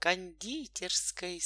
кондитерской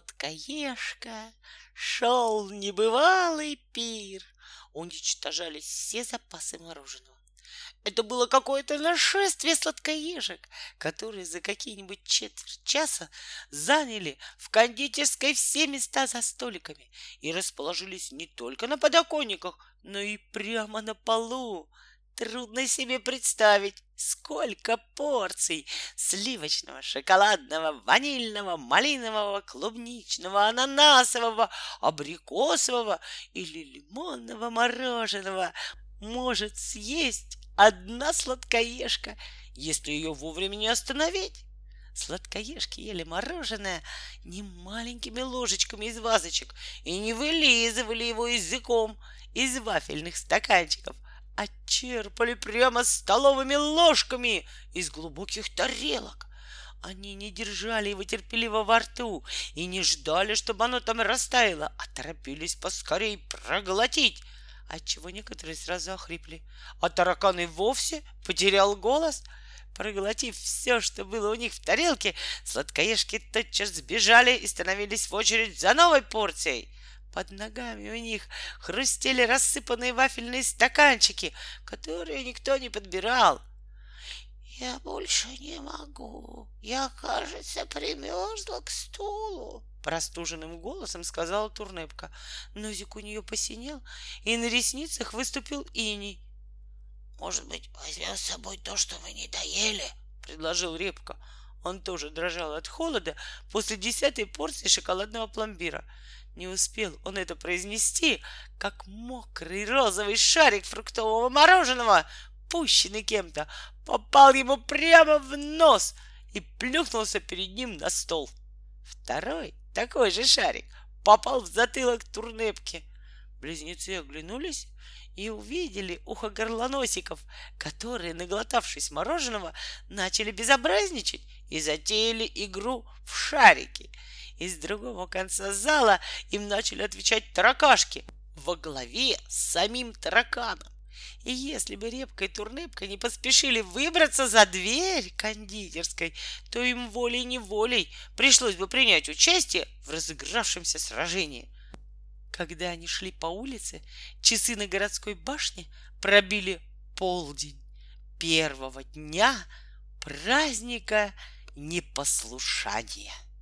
сладкоежка шел небывалый пир. Уничтожались все запасы мороженого. Это было какое-то нашествие сладкоежек, которые за какие-нибудь четверть часа заняли в кондитерской все места за столиками и расположились не только на подоконниках, но и прямо на полу. Трудно себе представить, сколько порций сливочного, шоколадного, ванильного, малинового, клубничного, ананасового, абрикосового или лимонного мороженого может съесть одна сладкоежка, если ее вовремя не остановить. Сладкоежки ели мороженое не маленькими ложечками из вазочек и не вылизывали его языком из вафельных стаканчиков, а черпали прямо столовыми ложками из глубоких тарелок. Они не держали его терпеливо во рту и не ждали, чтобы оно там растаяло, а торопились поскорей проглотить, отчего некоторые сразу охрипли, а таракан и вовсе потерял голос. Проглотив все, что было у них в тарелке, сладкоежки тотчас сбежали и становились в очередь за новой порцией. Под ногами у них хрустели рассыпанные вафельные стаканчики, которые никто не подбирал. «Я больше не могу. Я, кажется, примерзла к стулу», — простуженным голосом сказала Турнепка. Носик у нее посинел, и на ресницах выступил иней. «Может быть, возьмем с собой то, что мы не доели?» — предложил Репка. Он тоже дрожал от холода после 10-й порции шоколадного пломбира. Не успел он это произнести, как мокрый розовый шарик фруктового мороженого, пущенный кем-то, попал ему прямо в нос и плюхнулся перед ним на стол. Второй, такой же шарик, попал в затылок Турнепки. Близнецы оглянулись и увидели ухогорлоносиков, которые, наглотавшись мороженого, начали безобразничать и затеяли игру в шарики. Из другого конца зала им начали отвечать таракашки во главе с самим тараканом. И если бы Репка и Турнепка не поспешили выбраться за дверь кондитерской, то им волей-неволей пришлось бы принять участие в разыгравшемся сражении. Когда они шли по улице, часы на городской башне пробили полдень первого дня праздника непослушания.